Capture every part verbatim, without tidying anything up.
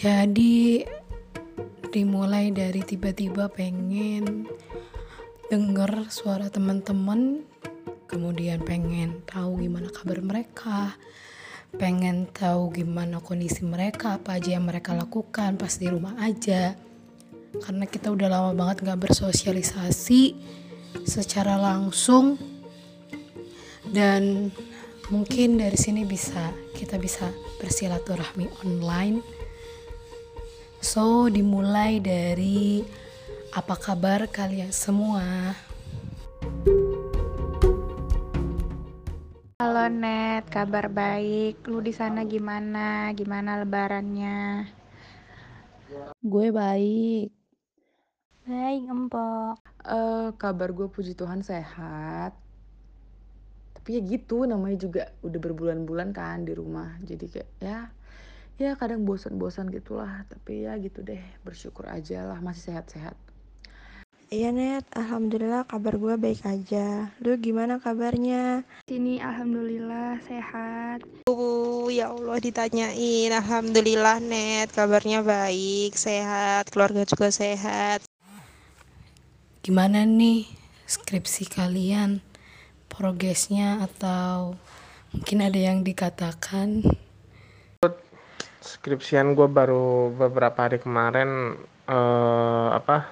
Jadi dimulai dari tiba-tiba pengen denger suara teman-teman, kemudian pengen tahu gimana kabar mereka, pengen tahu gimana kondisi mereka, apa aja yang mereka lakukan pas di rumah aja. Karena kita udah lama banget gak bersosialisasi secara langsung, dan mungkin dari sini bisa kita bisa bersilaturahmi online. So dimulai dari apa kabar kalian semua? Halo Net, kabar baik. Lu di sana gimana? Gimana lebarannya? Gue baik. Baik, empok. Uh, kabar gue puji Tuhan sehat. Tapi ya gitu, namanya juga udah berbulan-bulan kan di rumah. Jadi kayak ya ya kadang bosan-bosan gitulah. Tapi ya gitu deh, bersyukur aja lah masih sehat-sehat. Iya Net, alhamdulillah kabar gue baik aja. Lu gimana kabarnya? Sini alhamdulillah sehat. Uh, ya Allah ditanyain. Alhamdulillah Net, kabarnya baik, sehat, keluarga juga sehat. Gimana nih skripsi kalian? Progresnya atau mungkin ada yang dikatakan? Skripsian gue baru beberapa hari kemarin eh, apa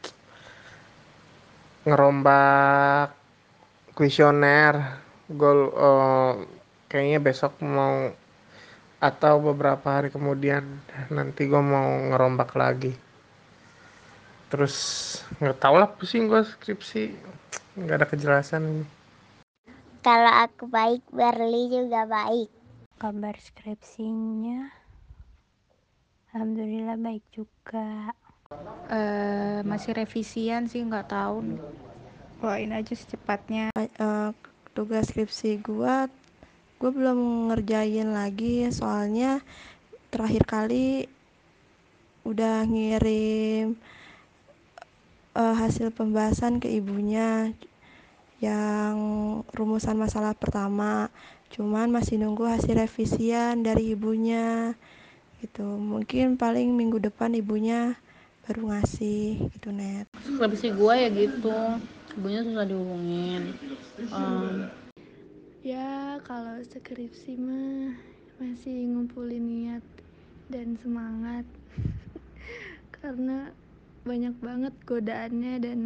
ngerombak kuesioner. Gue eh, kayaknya besok mau atau beberapa hari kemudian nanti gue mau ngerombak lagi. Terus nggak tahu lah, pusing gue skripsi, nggak ada kejelasan ini. Kalau aku baik, Berli juga baik. Kabar skripsinya alhamdulillah baik juga. Uh, masih revisian sih, nggak tahu. Doain aja secepatnya. Uh, tugas skripsi gue, gue belum ngerjain lagi soalnya terakhir kali udah ngirim uh, hasil pembahasan ke ibunya yang rumusan masalah pertama, cuman masih nunggu hasil revisian dari ibunya gitu. Mungkin paling minggu depan ibunya baru ngasih gitu Net. Skripsi gue ya gitu, ibunya susah dihubungin. um, Ya kalau skripsi mah masih ngumpulin niat dan semangat karena banyak banget godaannya dan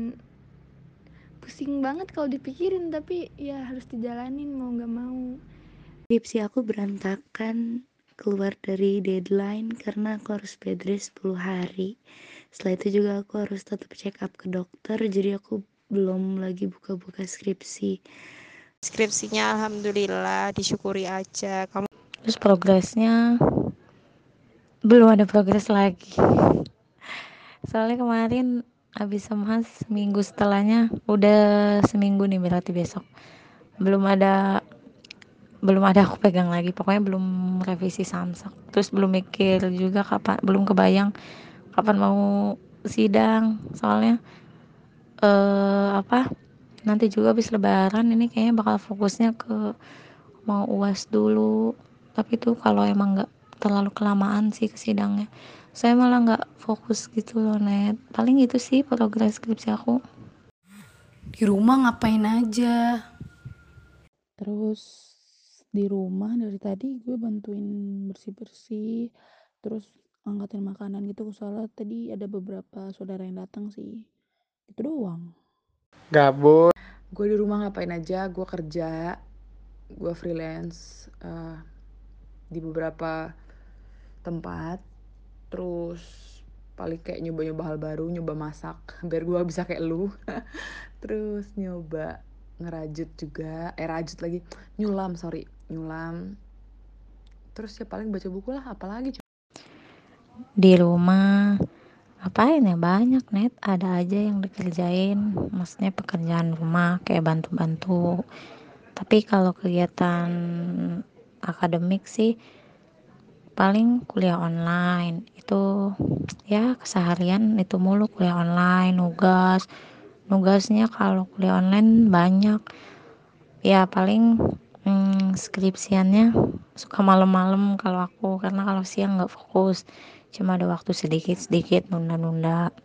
pusing banget kalau dipikirin, tapi ya harus dijalanin mau gak mau. Skripsi aku berantakan keluar dari deadline karena aku harus bed rest sepuluh hari. Setelah itu juga aku harus tetap check up ke dokter, jadi aku belum lagi buka-buka skripsi. Skripsinya alhamdulillah, disyukuri aja. Kamu Terus progresnya belum ada progres lagi. Soalnya kemarin habis semhas, seminggu setelahnya udah seminggu nih, berarti besok belum ada belum ada aku pegang lagi. Pokoknya belum revisi samsak, terus belum mikir juga kapan, belum kebayang kapan mau sidang. Soalnya eh apa nanti juga habis lebaran ini kayaknya bakal fokusnya ke mau uas dulu. Tapi tuh kalau emang nggak terlalu kelamaan sih ke sidangnya, saya malah nggak fokus gitu loh Net. Paling itu sih progres skripsi aku. Di rumah ngapain aja? Terus di rumah dari tadi gue bantuin bersih-bersih, terus angkatin makanan gitu, soalnya tadi ada beberapa saudara yang datang sih. Itu doang. Gabut. Gue di rumah ngapain aja, gue kerja, gue freelance uh, di beberapa tempat. Terus paling kayak nyoba-nyoba hal baru, nyoba masak biar gue bisa kayak lu. Terus nyoba ngerajut juga, eh rajut lagi, nyulam sorry, nyulam. Terus ya paling baca buku lah, apalagi. Di rumah ngapain ya, banyak Net, ada aja yang dikerjain, maksudnya pekerjaan rumah kayak bantu-bantu. Tapi kalau kegiatan akademik sih paling kuliah online. Itu ya keseharian itu mulu, kuliah online, nugas nugasnya kalau kuliah online banyak ya. Paling hmm, skripsiannya suka malam-malam kalau aku, karena kalau siang nggak fokus, cuma ada waktu sedikit-sedikit nunda-nunda.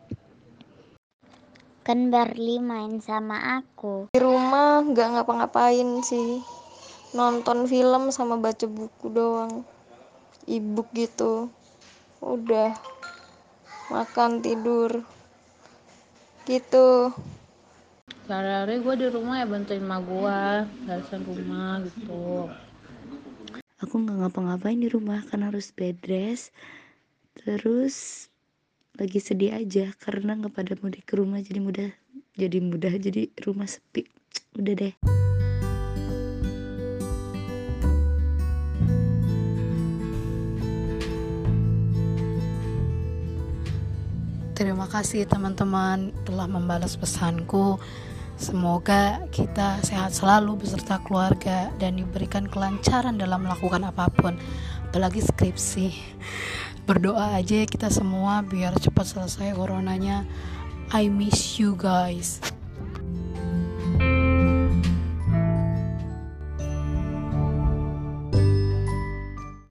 Kan Barli main sama aku. Di rumah nggak ngapa-ngapain sih, nonton film sama baca buku doang, e-book gitu. Udah makan tidur gitu. Sehari-hari gue di rumah ya bantuin emak gue beresin rumah gitu. Aku nggak ngapa-ngapain di rumah karena harus bed rest. Terus lagi sedih aja karena nggak pada mudik ke rumah, jadi mudah jadi mudah jadi rumah sepi. Udah deh. Terima kasih teman-teman telah membalas pesanku. Semoga kita sehat selalu beserta keluarga dan diberikan kelancaran dalam melakukan apapun, apalagi skripsi. Berdoa aja kita semua biar cepat selesai coronanya. I miss you guys.